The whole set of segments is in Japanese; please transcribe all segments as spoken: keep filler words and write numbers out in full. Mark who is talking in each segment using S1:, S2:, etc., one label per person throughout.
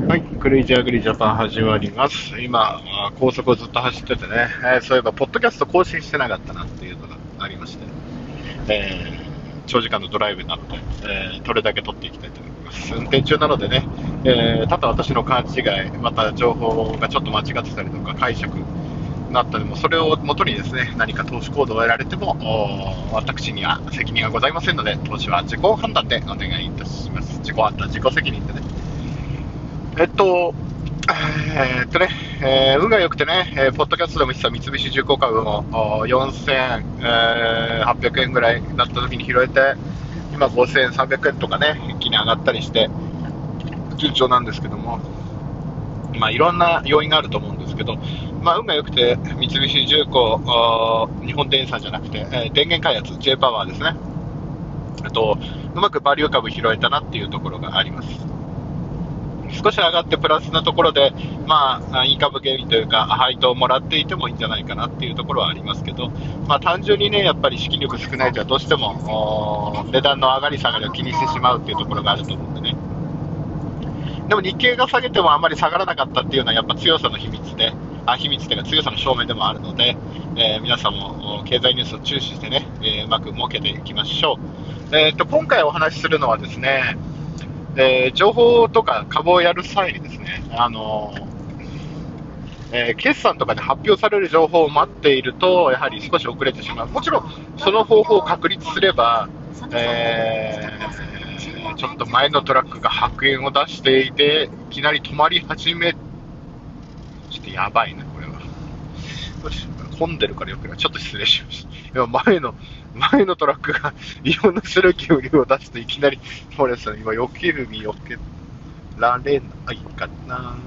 S1: はい、クレイジーアグリジャパン始まります。今、高速をずっと走っててね、えーそういえば、ポッドキャスト更新してなかったなっていうのがありまして、えー長時間のドライブなので、えー、どれだけ撮っていきたいと思います。運転中なのでね、えー、ただ私の勘違い、また情報がちょっと間違ってたりとか、解釈があったりも、それをもとにですね、何か投資行動を得られても、私には責任はございませんので、投資は自己判断でお願いいたします。自己判断、自己責任でね。えっと、えーっとね、えー運が良くてね、えーポッドキャストでも言ってた三菱重工株もよんせんはっぴゃくえんぐらいだった時に拾えて、今ごせんさんびゃくえんとかね、一気に上がったりして、順調なんですけども、まあいろんな要因があると思うんですけど、まあ運が良くて三菱重工、日本電産じゃなくて、えー電源開発、J パワーですね。あと、うまくバリュー株拾えたなっていうところがあります。少し上がってプラスなところで、まあ、いい株ゲインというか、配当をもらっていてもいいんじゃないかなっていうところはありますけど、まあ、単純にね、やっぱり資金力少ないとはどうしても値段の上がり下がりを気にしてしまうっていうところがあると思うんでね。でも日経が下げてもあまり下がらなかったっていうのはやっぱ強さの秘密で、あ秘密というか強さの証明でもあるので、えー皆さんも経済ニュースを注視してね、えーうまく儲けていきましょう。えー、と今回お話しするのはですね、えー情報とか株をやる際にですね、あのえー決算とかで発表される情報を待っていると、やはり少し遅れてしまう。もちろん、その方法を確立すれば、えーちょっと前のトラックが白煙を出していて、いきなり止まり始め、ちょっとやばいな、これは。よし混んでるからよくない。ちょっと失礼しました。今前の、前のトラックがいろんな白い煙を出して、いきなり、そうですね、今、避けるに避けられないかな。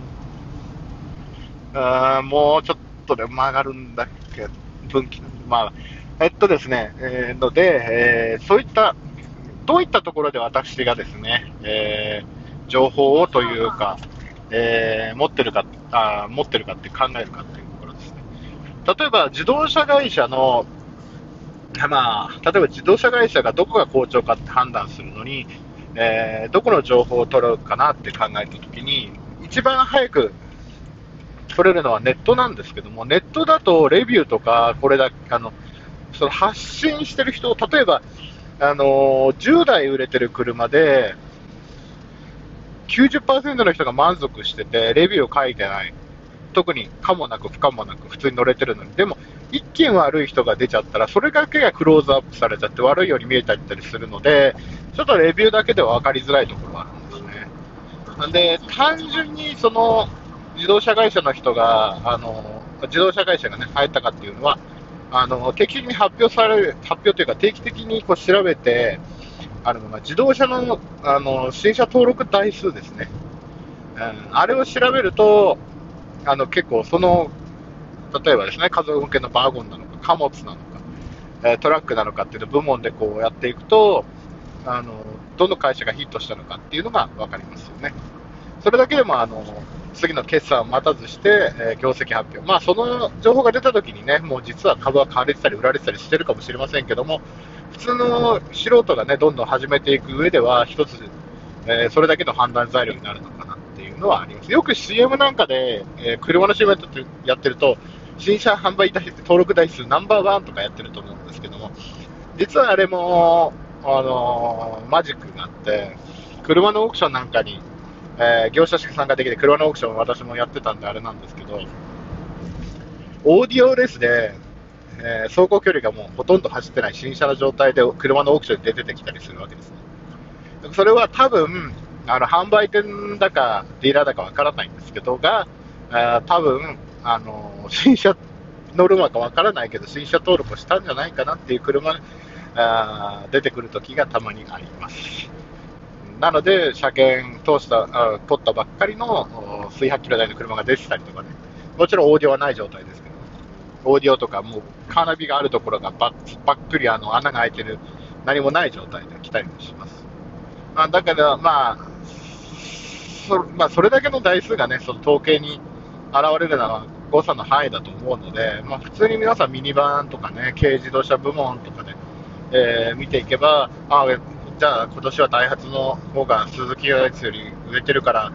S1: あーもうちょっとで曲がるんだけど、分岐なんで、まあ、えっとですね、えーので、えーそういった、どういったところで私がですね、えー情報をというか、えー持ってるか、あー持ってるかって考えるかっていうところですね。例えば自動車会社の、まあ、例えば自動車会社がどこが好調かって判断するのに、えーどこの情報を取るかなって考えたときに、一番早く取れるのはネットなんですけども、ネットだとレビューとか、これだあのその発信してる人、例えば、あのじゅうだい売れてる車で、きゅうじゅっパーセントの人が満足してて、レビューを書いてない。特に可もなく不可もなく普通に乗れてるのに、でも一件悪い人が出ちゃったら、それだけがクローズアップされちゃって悪いように見えたりするので、ちょっとレビューだけでは分かりづらいところがあるんですね。なんで、単純にその自動車会社の人が、あの自動車会社がね、入ったかっていうのは、あの定期的に発表される、発表というか定期的にこう調べて、あるのが自動車の、あの新車登録台数ですね。うん、あれを調べると、あの結構その、例えばですね、家族向けのバーゴンなのか、貨物なのか、えートラックなのかっていうの部門でこうやっていくと、あのどの会社がヒットしたのかっていうのが分かりますよね。それだけでもあの次の決算を待たずして、えー業績発表、まあ、その情報が出たときにね、もう実は株は買われてたり売られてたりしてるかもしれませんけども、普通の素人がね、どんどん始めていく上では、一つ、えーそれだけの判断材料になるのかなっていうのはあります。よく シーエム なんかで、えー車の シーエム やってると、新車販売登録台数ナンバーワンとかやってると思うんですけども、実はあれも、あのーマジックがあって、車のオークションなんかに、えー業者さんができて、車のオークションを私もやってたんであれなんですけど、オーディオレースで、えー走行距離がもうほとんど走ってない新車の状態で車のオークションに出てきたりするわけですね。それは多分、あの販売店だかディーラーだかわからないんですけどが、あー多分あの新車乗るのかわからないけど新車登録をしたんじゃないかなっていう車があー出てくる時がたまにあります。なので車検通したあ取ったばっかりのお数百キロ台の車が出てたりとかね、もちろんオーディオはない状態ですけど、オーディオとかもうカーナビがあるところがばっばっくりあの穴が開いてる、何もない状態で来たりもします。まあ、だから、まあそまあ、それだけの台数がね、その統計に現れるのは誤差の範囲だと思うので、まあ、普通に皆さんミニバンとかね、軽自動車部門とかで、えー見ていけば、あじゃあ今年はダイハツの方が鈴木より売れてるから、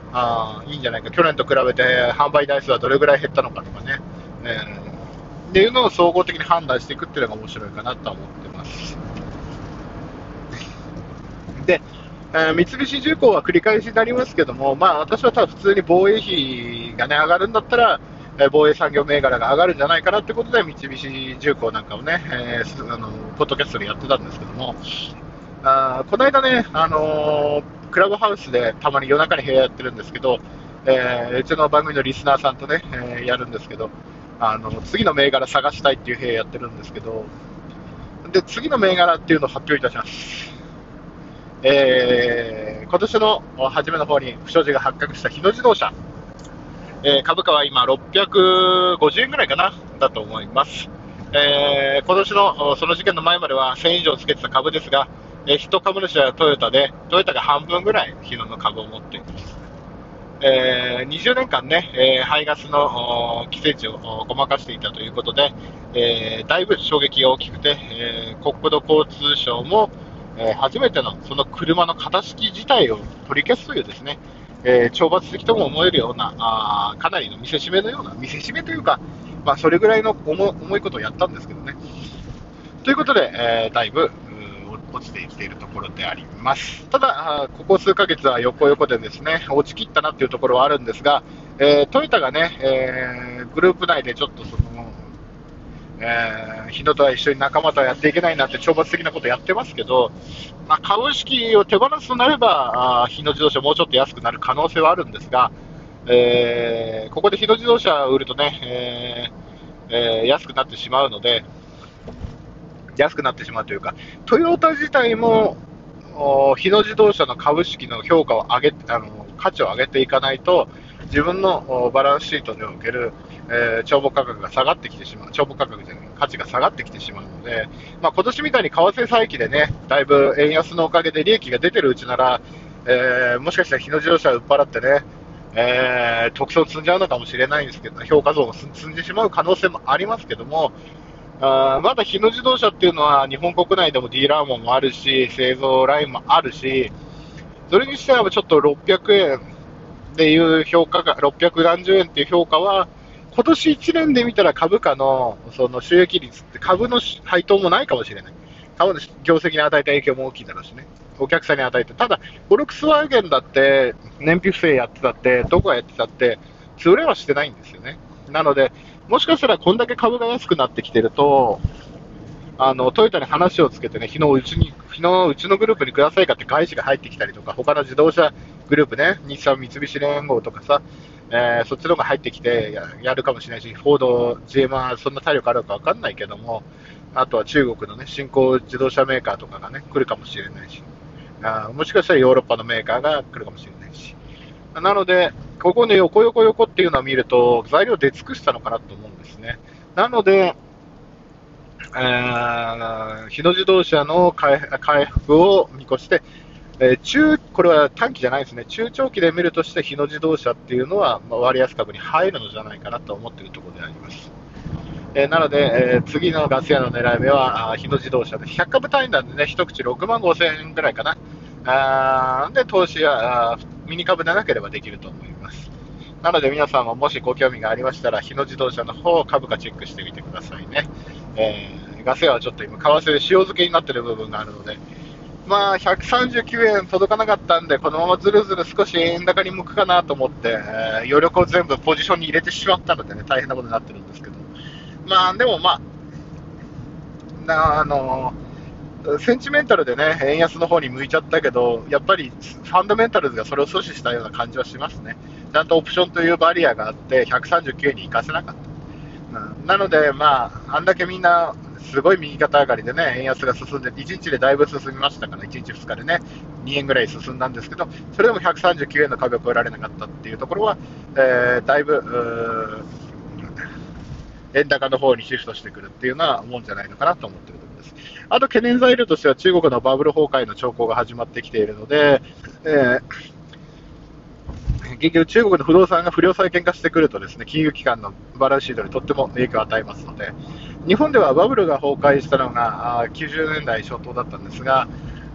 S1: あいいんじゃないか、去年と比べて販売台数はどれぐらい減ったのかとかね、えー、っていうのを総合的に判断していくっていうのが面白いかなとは思ってます。で、えー、三菱重工は繰り返しになりますけども、まあ、私はただ普通に防衛費が、ね、上がるんだったら、えー、防衛産業銘柄が上がるんじゃないかなということで、三菱重工なんかをね、えー、あのポッドキャストでやってたんですけども、あこの間ね、あのー、クラブハウスでたまに夜中に部屋やってるんですけど、えー、うちの番組のリスナーさんとね、えー、やるんですけど、あの次の銘柄探したいっていう部屋やってるんですけど、で次の銘柄っていうのを発表いたします。えー、今年の初めの方に不祥事が発覚した日野自動車、えー、株価は今ろっぴゃくごじゅうえんぐらいかなだと思います。えー、今年のその事件の前まではせんえん以上つけてた株ですが、えー、一株主はトヨタで、トヨタが半分ぐらい日野の株を持っています。えー、にじゅうねんかんね、えー、排ガスの規制値をごまかしていたということで、えー、だいぶ衝撃が大きくて、えー、国土交通省も、えー、初めてのその車の型式自体を取り消すというですね、えー、懲罰的とも思えるようなあかなりの見せしめのような見せしめというか、まあ、それぐらいの重重いことをやったんですけどね。ということで、えー、だいぶ落ちてきているところであります。ただ、ここ数ヶ月は横横でですね、落ちきったなというところはあるんですが、えー、トヨタがね、えー、グループ内でちょっとその、えー、日野とは一緒に仲間とはやっていけないなって懲罰的なことをやってますけど、まあ、株式を手放すとなれば、あ日野自動車もうちょっと安くなる可能性はあるんですが、えー、ここで日野自動車を売るとね、えーえー、安くなってしまうので、安くなってしまうというか、トヨタ自体も日野自動車の株式の評価を上げあの価値を上げていかないと、自分のバランスシートにおける、えー、帳簿価格が下がってきてしまう、帳簿価格じゃない、価値が下がってきてしまうので、まあ、今年みたいに為替差益でね、だいぶ円安のおかげで利益が出てるうちなら、えー、もしかしたら日野自動車を売っ払ってね、えー、特捜を積んじゃうのかもしれないんですけど、評価増が積んでしまう可能性もありますけども、あまだ日野自動車っていうのは日本国内でもディーラー網もあるし、製造ラインもあるし、それにしてはちょっとろっぴゃくえんっていう評価が、ろっぴゃくなんじゅうえんっていう評価は、今年いちねんで見たら株価のその収益率って株の配当もないかもしれない。株の業績に与えた影響も大きいだろうしね。お客さんに与えて。ただ、フォルクスワーゲンだって、燃費不正やってたって、どこがやってたって、潰れはしてないんですよね。なので、もしかしたらこんだけ株が安くなってきてると、あのトヨタに話をつけてね、昨日うちに、昨日うちのグループにくださいかって外資が入ってきたりとか、他の自動車グループね、日産、三菱連合とかさ、えー、そっちの方が入ってきて や, やるかもしれないし、フォード、ジーエム はそんな体力あるか分かんないけども、あとは中国のね、新興自動車メーカーとかがね、来るかもしれないし、あもしかしたらヨーロッパのメーカーが来るかもしれないし。なので、ここの横横横っていうのを見ると、材料出尽くしたのかなと思うんですね。なので、えー、日野自動車の回復を見越して、えー、中これは短期じゃないですね、中長期で見るとして日野自動車っていうのは、まあ、割安株に入るのじゃないかなと思っているところであります。えー、なので、えー、次のガス屋の狙い目は日野自動車でひゃく株単位なんでね、一口ろくまんごせんえんぐらいかな。あで投資やミニ株でなければできると思います。なので皆さんももしご興味がありましたら、日野自動車の方株価チェックしてみてくださいね。えー、ガス屋はちょっと今為替で塩漬けになっている部分があるので、まあひゃくさんじゅうきゅうえん届かなかったんで、このままずるずる少し円高に向くかなと思って、えー、余力を全部ポジションに入れてしまったのでね、大変なことになってるんですけど、まあでもまあなあのーセンチメンタルでね、円安の方に向いちゃったけど、やっぱりファンダメンタルズがそれを阻止したような感じはしますね。ちゃんとオプションというバリアがあって、ひゃくさんじゅうきゅうえんに行かせなかった。うん、なので、まあ、あんだけみんな、すごい右肩上がりでね、円安が進んで、いちにちでだいぶ進みましたから、いちにちふつかでね、にえんぐらい進んだんですけど、それでもひゃくさんじゅうきゅうえんの壁を越えられなかったっていうところは、えー、だいぶ、円高の方にシフトしてくるっていうのは思うんじゃないのかなと思っているところです。あと懸念材料としては中国のバブル崩壊の兆候が始まってきているので、えー、結局中国の不動産が不良債権化してくるとですね、金融機関のバランスシートにとっても影響を与えますので、日本ではバブルが崩壊したのがきゅうじゅうねんだい初頭だったんですが、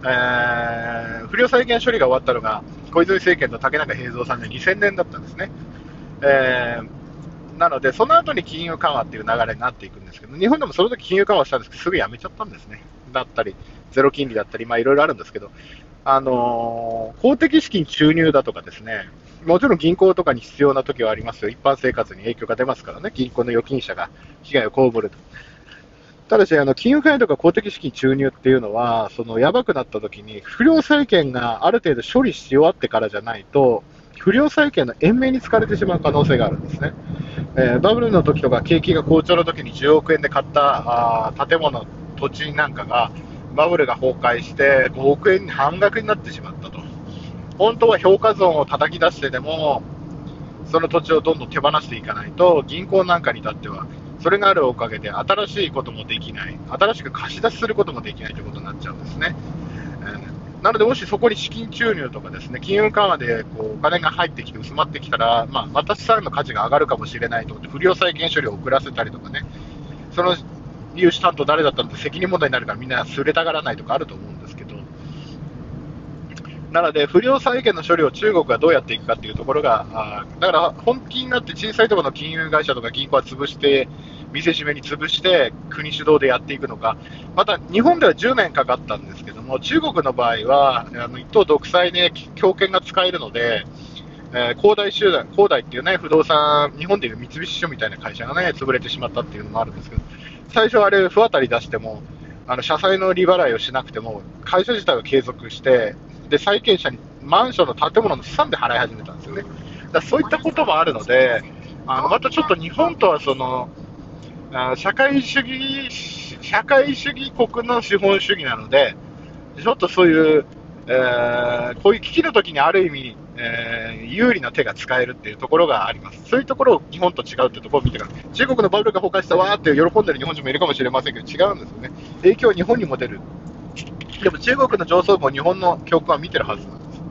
S1: えー不良債権処理が終わったのが小泉政権の竹中平蔵さんでにせんねんだったんですね。えーなので、その後に金融緩和っていう流れになっていくんですけど、日本でもその時金融緩和したんですけど、すぐやめちゃったんですね。だったり、ゼロ金利だったり、まあいろいろあるんですけど、あのー公的資金注入だとかですね、もちろん銀行とかに必要な時はありますよ。一般生活に影響が出ますからね、銀行の預金者が被害を被ると。ただし、あの金融緩和とか公的資金注入っていうのは、そのやばくなった時に不良債権がある程度処理し終わってからじゃないと、不良債権の延命に使われてしまう可能性があるんですね。えーバブルの時とか景気が好調の時にじゅうおくえんで買ったあ建物、土地なんかがバブルが崩壊してごおくえんに半額になってしまったと。本当は評価損を叩き出してでもその土地をどんどん手放していかないと、銀行なんかに至ってはそれがあるおかげで新しいこともできない、新しく貸し出しすることもできないということになっちゃうんですね。えーなので、もしそこに資金注入とかですね、金融緩和でこうお金が入ってきて薄まってきたら、まあ、また資産の価値が上がるかもしれないと思って、不良債権処理を遅らせたりとかね、その融資担当誰だったんで責任問題になるからみんなすれたがらないとかあると思うんですけど、なので、不良債権の処理を中国がどうやっていくかっていうところが、あだから本気になって小さいところの金融会社とか銀行は潰して、見せしめに潰して国主導でやっていくのか、また日本ではじゅうねんかかったんですけども、中国の場合はあの一党独裁で強権が使えるので、えー、恒大集団、恒大っていうね、不動産、日本でいう三菱地所みたいな会社がね、潰れてしまったっていうのもあるんですけど、最初あれ、不当たり出しても、あの社債の利払いをしなくても、会社自体は継続して、で債権者にマンションの建物の資産で払い始めたんですよね。だからそういったこともあるので、あのまたちょっと日本とはそのあ社会主義社会主義国の資本主義なので、ちょっとそういう、えーこういう危機の時にある意味、えー有利な手が使えるっていうところがあります。そういうところを日本と違うっていうところを見てから、中国のバブルが崩壊したわーって喜んでる日本人もいるかもしれませんけど、違うんですよね。影響は日本にも出る。でも中国の上層部も日本の教訓は見てるはずなんです。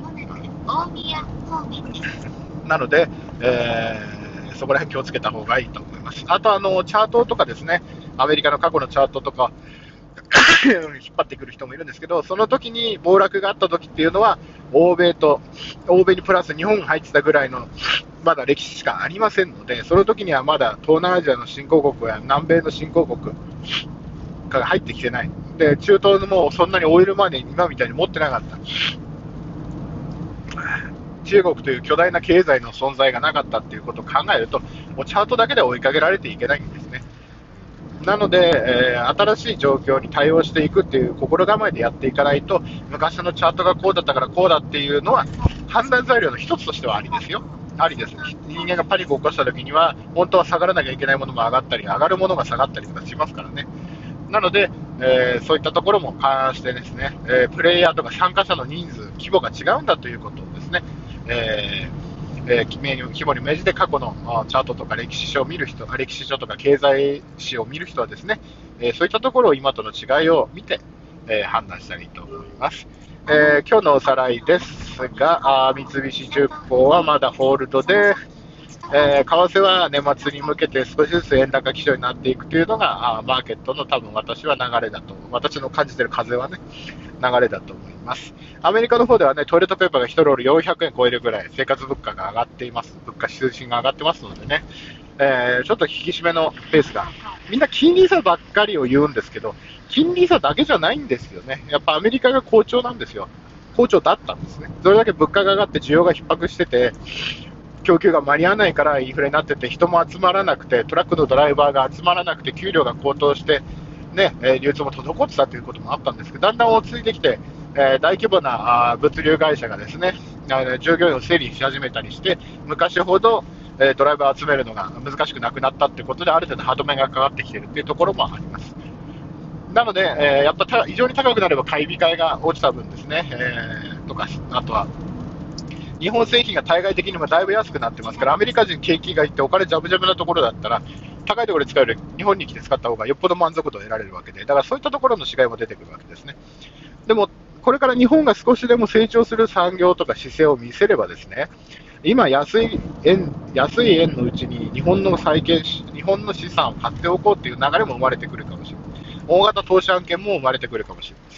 S1: なので、えーそこら辺気をつけた方がいいと思います。あとあのチャートとかですね、アメリカの過去のチャートとか引っ張ってくる人もいるんですけど、その時に暴落があった時っていうのは、欧米と欧米にプラス日本が入ってたぐらいのまだ歴史しかありませんので、その時にはまだ東南アジアの新興国や南米の新興国が入ってきてない。で、中東のもうそんなにオイルマネー今みたいに持ってなかった。中国という巨大な経済の存在がなかったっていうことを考えると、もうチャートだけで追いかけられていけないんですね。なので、えー新しい状況に対応していくっていう心構えでやっていかないと、昔のチャートがこうだったからこうだっていうのは判断材料の一つとしてはありですよ。ありです。人間がパニックを起こした時には本当は下がらなきゃいけないものも上がったり、上がるものが下がったりとかしますからね。なので、えーそういったところも勘案してですね、えープレイヤーとか参加者の人数、規模が違うんだということをですね、えーえー規模に命じて過去のあチャートとか歴史書を見る人、あ歴史書とか経済史を見る人はですね、えーそういったところを今との違いを見て、えー判断したらいいと思います。えー今日のおさらいですが、あ三菱重工はまだホールドで、えー為替は年末に向けて少しずつ円高基調になっていくというのがあマーケットの多分私は流れだと、私の感じている風はね、流れだと思います。アメリカの方ではね、トイレットペーパーがいちロールよんひゃくえん超えるぐらい生活物価が上がっています。物価指数値が上がってますのでね、えーちょっと引き締めのペースが、みんな金利差ばっかりを言うんですけど、金利差だけじゃないんですよね。やっぱアメリカが好調なんですよ。好調だったんですね。それだけ物価が上がって需要が逼迫してて、供給が間に合わないからインフレになってて、人も集まらなくて、トラックのドライバーが集まらなくて、給料が高騰して、ね、えー流通も滞ってたということもあったんですけど、だんだん落ち着いてきて、えー大規模なあー物流会社がですね、あの従業員を整理し始めたりして、昔ほど、えードライバーを集めるのが難しくなくなったということで、ある程度歯止めがかかってきているというところもあります。なので、えーやっぱた異常に高くなれば買い控えが落ちた分ですね、えーとか、あとは日本製品が対外的にもだいぶ安くなってますから、アメリカ人景気がいってお金ジャブジャブなところだったら、高いところで使うより日本に来て使った方がよっぽど満足度を得られるわけで、だからそういったところの違いも出てくるわけですね。でも、これから日本が少しでも成長する産業とか姿勢を見せればですね、今安い円、安い円のうちに日本の債券、日本の資産を買っておこうという流れも生まれてくるかもしれない。大型投資案件も生まれてくるかもしれません。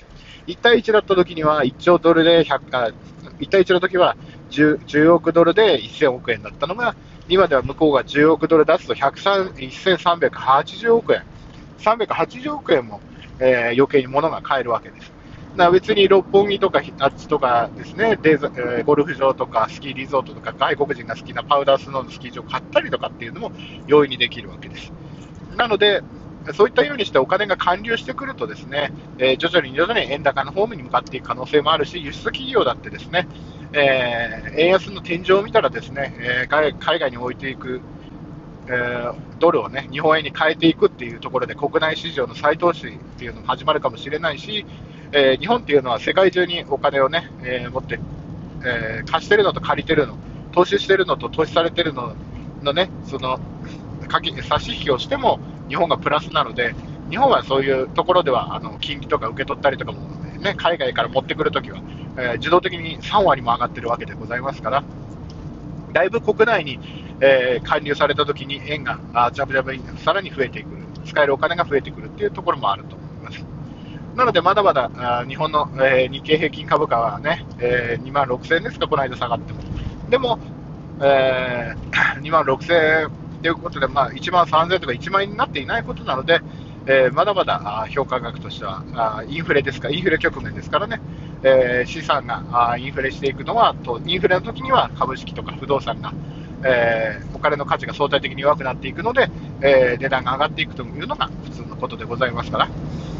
S1: いち対いちだった時にはいっちょうドルでひゃく、あいち対いちの時は 10, じゅうおくドルでせんおくえんだったのが、今では向こうがじゅうおくドル出すとせんさんびゃくはちじゅうおくえん、さんびゃくはちじゅうおくえんも、えー、余計に物が買えるわけです。だから別に六本木とかあっちとかですね、デーザ、えー、ゴルフ場とかスキーリゾートとか外国人が好きなパウダースノーのスキー場を買ったりとかっていうのも容易にできるわけです。なので、そういったようにしてお金が還流してくるとですね、えー、徐々に徐々に円高の方面に向かっていく可能性もあるし、輸出企業だってですね、えー、円安の天井を見たらですね、えー、海外に置いていく、えー、ドルをね、日本円に変えていくっていうところで国内市場の再投資っていうのも始まるかもしれないし、えー、日本っていうのは世界中にお金をね、えー、持って、えー、貸してるのと借りてるの、投資してるのと投資されてるののね、その差し引きをしても日本がプラスなので、日本はそういうところではあの金利とか受け取ったりとかも、ね、海外から持ってくるときは、えー、自動的にさんわりも上がってるわけでございますから、だいぶ国内に、えー、還流されたときに円があジャブジャブにさらに増えてくる、使えるお金が増えてくるっていうところもあると思います。なのでまだまだあ日本の、えー、日経平均株価はね、えー、にまんろくせんえんですか、この間下がっても。でも、えー、にまんろくせんえんということで、まあ、いちまんさんぜんえんとかいちまんえんになっていないことなので、えー、まだまだ評価額としてはあインフレですか、インフレ局面ですからね、えー、資産があインフレしていくのはと、インフレの時には株式とか不動産が、えー、お金の価値が相対的に弱くなっていくので、えー、値段が上がっていくというのが普通のことでございますから、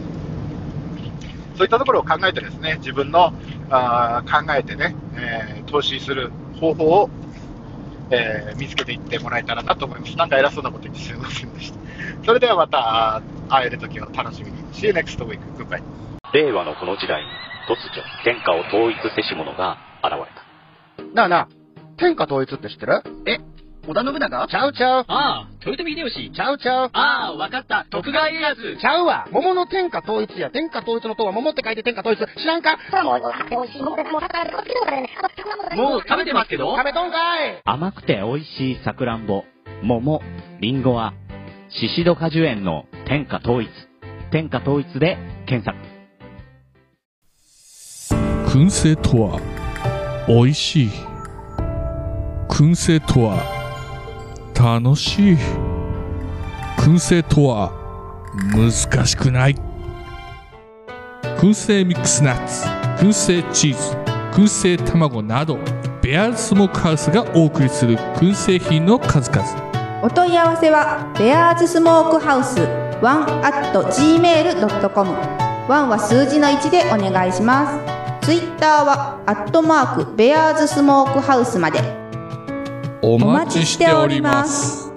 S1: そういったところを考えてですね、自分のあ考えてね、えー、投資する方法をえー、見つけていってもらえたらなと思います。なんか偉そうなこと言ってすみませんでした。それではまた会える時を楽しみに。See you next week. Goodbye.
S2: 令和のこの時代に突如天下を統一せし者が現れた。
S3: なあなあ、天下統一って知ってる？
S4: え、織田信長？
S3: ちゃうちゃう。
S4: ああ、豊臣秀吉。
S3: ちゃうちゃう。
S4: ああ、わかった。徳川家康。
S3: ちゃうわ。桃の天下統一や。天下統一の塔は桃って書いて天下統一。知らんか？
S4: もう食べてますけど。
S3: 食べとんかい。
S5: 甘くて美味しいさくらんぼ、桃、りんごは、シシド果樹園の天下統一。天下統一で検索。
S6: 燻製とは美味しい。燻製とは楽しい。燻製とは難しくない。燻製ミックスナッツ、燻製チーズ、燻製卵など、ベアーズスモークハウスがお送りする燻製品の数々。
S7: お問い合わせはベアーズスモークハウスワンアットジーメールドットコム。ワンは数字のいちでお願いします。ツイッターはアットマークベアーズスモークハウスまで。
S6: お待ちしております。